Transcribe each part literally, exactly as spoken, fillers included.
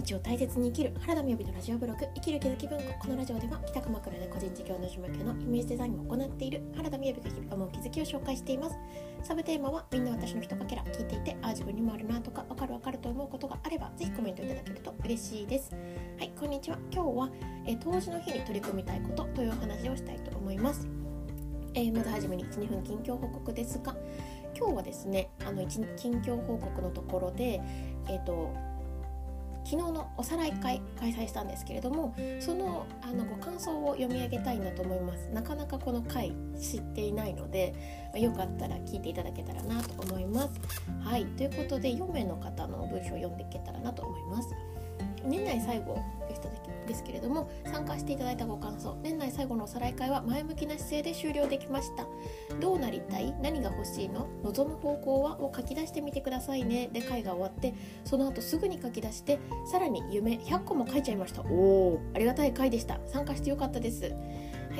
日を大切に生きる原田美由のラジオブログ生きる気づき文庫。このラジオでは北鎌倉で個人事業主向けのイメージデザインを行っている原田美由が日々思う気づきを紹介しています。サブテーマはみんな私のひとかけら、聞いていてああ自分にもあるなとかわかるわかると思うことがあればぜひコメントいただけると嬉しいです。はい、こんにちは。今日はえ冬至の日に取り組みたいことというお話をしたいと思います。えー、まずはじめにいち、にふん近況報告ですが、今日はですねあのいち近況報告のところでえっ、ー、と昨日のおさらい会開催したんですけれども、その、あのご感想を読み上げたいなと思います。なかなかこの会知っていないので、まあ、よかったら聞いていただけたらなと思います。はい、ということでよめいの方の文章を読んでいけたらなと思います。年内最後でしたですけれども、参加していただいたご感想。年内最後のおさらい会は前向きな姿勢で終了できました。どうなりたい？何が欲しいの？望む方向は？を書き出してみてくださいね。で会が終わって、その後すぐに書き出して、さらに夢ひゃっこも書いちゃいました。おー、ありがたい会でした。参加してよかったです。はい、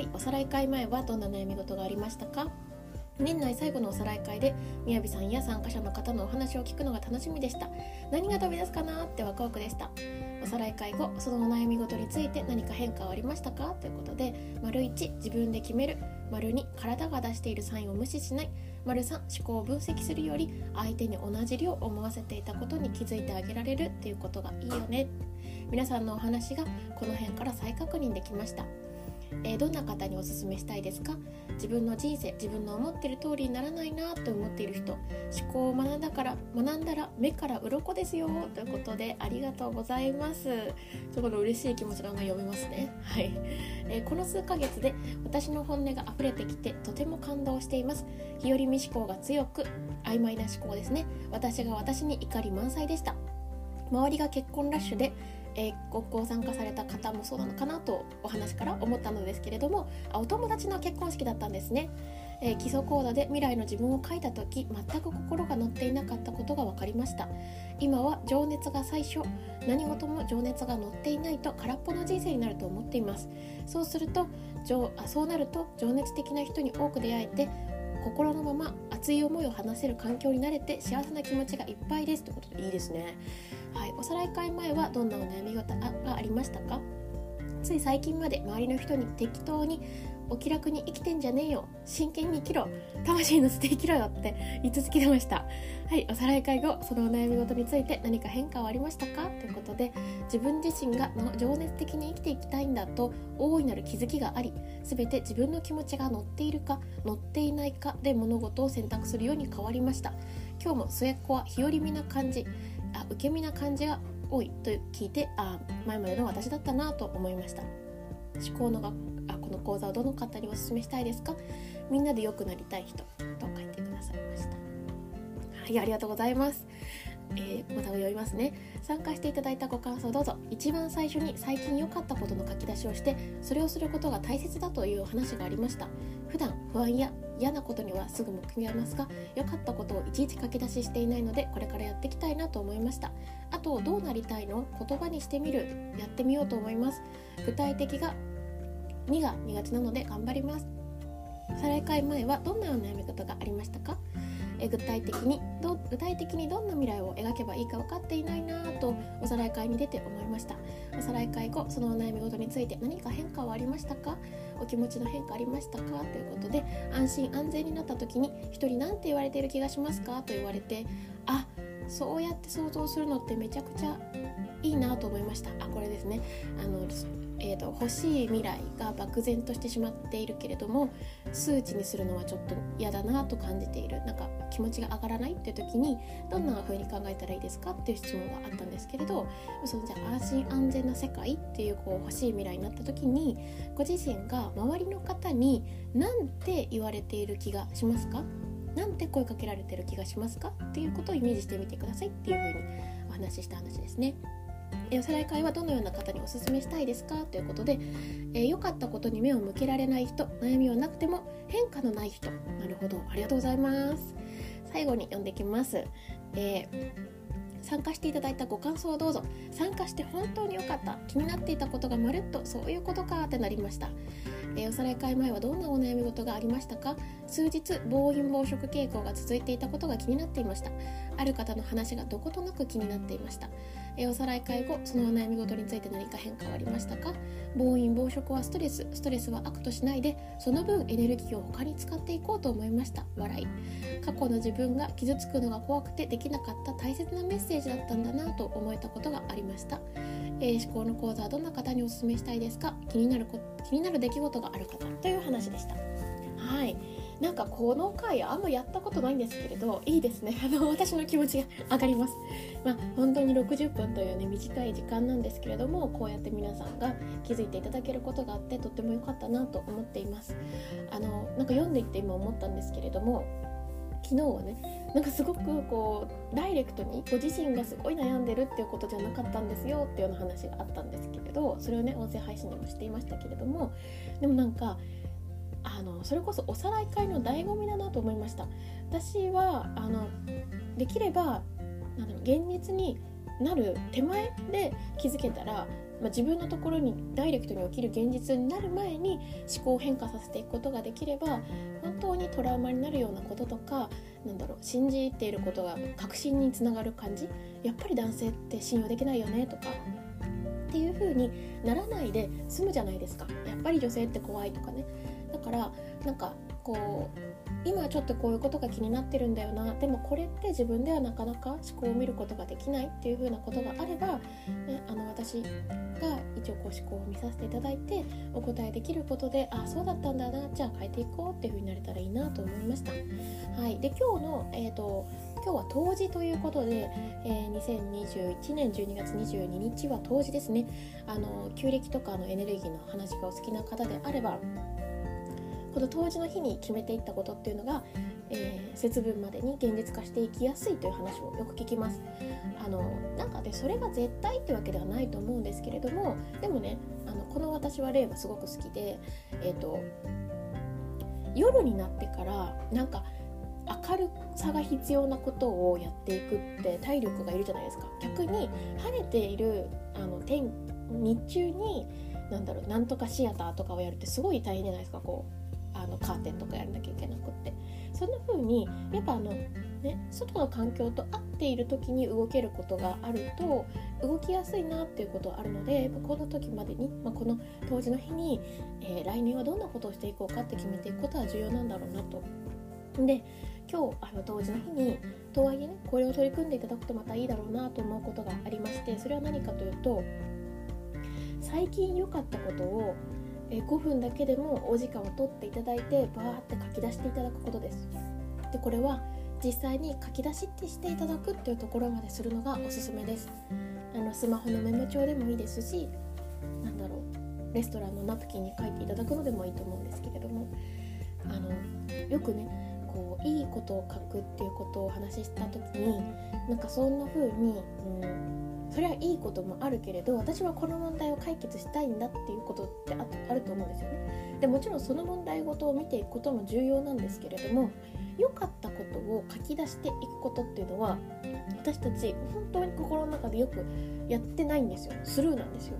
おさらい会前はどんな悩み事がありましたか？年内最後のおさらい会でみやびさんや参加者の方のお話を聞くのが楽しみでした。何が飛び出すかなってワクワクでした。おさらい会後、そのお悩み事について何か変化はありましたかということで、丸いち自分で決める、丸に体が出しているサインを無視しない、丸さん思考を分析するより相手に同じ量思わせていたことに気づいてあげられるっていうことがいいよね。皆さんのお話がこの辺から再確認できました。えー、どんな方におすすめしたいですか？自分の人生、自分の思っている通りにならないなと思っている人、思考を学んだから学んだら目から鱗ですよということで、ありがとうございます。そこの嬉しい気持ちが読めますね。はい、えー、この数ヶ月で私の本音が溢れてきてとても感動しています。日和見思考が強く曖昧な思考ですね。私が私に怒り満載でした。周りが結婚ラッシュでえー、ごご参加された方もそうなのかなとお話から思ったのですけれども、あお友達の結婚式だったんですね。えー、基礎講座で未来の自分を書いたとき、全く心が乗っていなかったことが分かりました。今は情熱が最初、何事も情熱が乗っていないと空っぽの人生になると思っています。そうするとあそうなると情熱的な人に多く出会えて、心のまま熱い思いを話せる環境になれて幸せな気持ちがいっぱいですということで、いいですね。はい、おさらい会前はどんなお悩み事がありましたか？つい最近まで周りの人に適当にお気楽に生きてんじゃねえよ、真剣に生きろ、魂乗せて生きろよって言い続けてました。はい、おさらい会後、そのお悩み事について何か変化はありましたかということで、自分自身が情熱的に生きていきたいんだと大いなる気づきがあり、すべて自分の気持ちが乗っているか乗っていないかで物事を選択するように変わりました。今日も末っ子は日和見な感じ、あ受け身な感じが多いと聞いて、あ前までの私だったなと思いました。思考のがあこの講座をどの方にお勧めしたいですか？みんなで良くなりたい人と書いてくださいました。はい、ありがとうございます。えー、また読みますね。参加していただいたご感想どうぞ。一番最初に最近良かったことの書き出しをして、それをすることが大切だというお話がありました。普段不安や嫌なことにはすぐ向き合いますが、良かったことをいちいち書き出ししていないので、これからやっていきたいなと思いました。あと、どうなりたいの？言葉にしてみる。やってみようと思います。具体的がにが苦手なので頑張ります。おさらい会前はどんなお悩み事がありましたか？え具体的にど具体的にどんな未来を描けばいいか分かっていないなとおさらい会に出て思いました。おさらい会後、そのお悩み事について何か変化はありましたか？お気持ちの変化ありましたか？ということで、安心安全になった時に人に何て言われている気がしますかと言われて、あそうやって想像するのってめちゃくちゃいいなと思いました。あこれですね、あのえーと、欲しい未来が漠然としてしまっているけれども、数値にするのはちょっと嫌だなと感じている、なんか気持ちが上がらないっていう時にどんな風に考えたらいいですかっていう質問があったんですけれど、そのじゃあ安心安全な世界っていう、こう欲しい未来になった時に、ご自身が周りの方に何て言われている気がしますか？なんて声かけられている気がしますかっていうことをイメージしてみてくださいっていう風にお話しした話ですね。おさらい会はどのような方にお勧めしたいですかということで、えー、良かったことに目を向けられない人、悩みはなくても変化のない人。なるほど、ありがとうございます。最後に読んでいきます。えー参加していただいたご感想をどうぞ。参加して本当に良かった、気になっていたことがまるっとそういうことかってなりました。 えー、おさらい会前はどんなお悩み事がありましたか？数日暴飲暴食傾向が続いていたことが気になっていました。ある方の話がどことなく気になっていました。えー、おさらい会後、そのお悩み事について何か変化はありましたか？暴飲暴食はストレス、ストレスは悪としないで、その分エネルギーを他に使っていこうと思いました。笑い。過去の自分が傷つくのが怖くてできなかった大切なメッセージだったんだなと思えたことがありました。えー、思考の講座はどんな方にお勧めしたいですか？気になるこ気になる出来事がある方という話でした。はい、なんかこの回あんまやったことないんですけれど、いいですね。あの私の気持ちが上がります。まあ本当にろくじゅっぷんというね短い時間なんですけれども、こうやって皆さんが気づいていただけることがあってとっても良かったなと思っています。あのなんか読んでいって今思ったんですけれども、昨日はね、なんかすごくこうダイレクトにご自身がすごい悩んでるっていうことじゃなかったんですよっていうような話があったんですけれど、それをね音声配信でもしていましたけれども、でもなんかあのそれこそおさらい会の醍醐味だなと思いました。私はあのできればなんだろう現実になる手前で気づけたら、まあ、自分のところにダイレクトに起きる現実になる前に思考を変化させていくことができれば、本当にトラウマになるようなこととか、なんだろう信じていることが確信につながる感じ、やっぱり男性って信用できないよねとかっていう風にならないで済むじゃないですか。やっぱり女性って怖いとかね。だからなんかこう今ちょっとこういうことが気になってるんだよな、でもこれって自分ではなかなか思考を見ることができないっていう風なことがあれば、ね、あの私が一応こう思考を見させていただいてお答えできることで、あそうだったんだな、じゃあ変えていこうっていう風になれたらいいなと思いました。はい、で今日の、えーと、今日は冬至ということで、えー、にせんにじゅういちねんじゅうにがつにじゅうににちは冬至ですね。あの旧暦とかのエネルギーの話がお好きな方であれば、この冬至の日に決めていったことっていうのが、えー、節分までに現実化していきやすいという話をよく聞きます。あのなんかでそれが絶対ってわけではないと思うんですけれども、でもね、あのこの私は例がすごく好きで、えーと、夜になってからなんか明るさが必要なことをやっていくって体力がいるじゃないですか。逆に晴れているあの天日中になんだろうなんとかシアターとかをやるってすごい大変じゃないですか。こうあのカーテンとかやらなきゃいけなくって、そんな風にやっぱあの、ね、外の環境と合っている時に動けることがあると動きやすいなっていうことはあるので、この時までに、まあ、この冬至の日に、えー、来年はどんなことをしていこうかって決めていくことは重要なんだろうなと。で今日あの冬至の日にとはいえねこれを取り組んでいただくとまたいいだろうなと思うことがありまして、それは何かというと、最近良かったことをごふんだけでもお時間を取っていただいてバーって書き出していただくことです。でこれは実際に書き出しってしていただくっていうところまでするのがおすすめです。あのスマホのメモ帳でもいいですし、なんだろうレストランのナプキンに書いていただくのでもいいと思うんですけれども、あのよくねこういいことを書くっていうことをお話しした時に、なんかそんな風に、うんそれはいいこともあるけれど、私はこの問題を解決したいんだっていうことって あ, あると思うんですよね。でもちろんその問題ごとを見ていくことも重要なんですけれども、良かったことを書き出していくことっていうのは私たち本当に心の中でよくやってないんですよ。スルーなんですよ。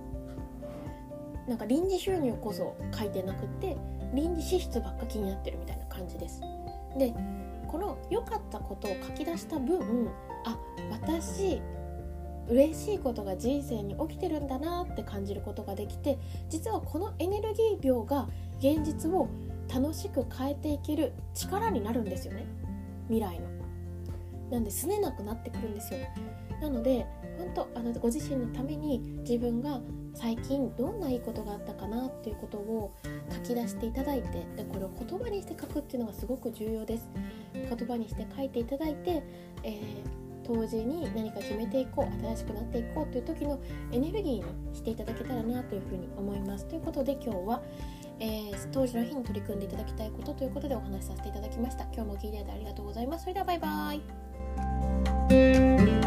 なんか臨時収入こそ書いてなくて臨時支出ばっか気になってるみたいな感じです。でこの良かったことを書き出した分、あ私嬉しいことが人生に起きてるんだなって感じることができて、実はこのエネルギー量が現実を楽しく変えていける力になるんですよね、未来の。なんで拗ねなくなってくるんですよ。なので本当あのご自身のために自分が最近どんないいことがあったかなっていうことを書き出していただいて、でこれを言葉にして書くっていうのがすごく重要です。言葉にして書いていただいて、えー当時に何か決めていこう、新しくなっていこうという時のエネルギーにしていただけたらなというふうに思います。ということで今日は、えー、当時の日に取り組んでいただきたいことということでお話しさせていただきました。今日も聞いていただいてありがとうございます。それではバイバイ。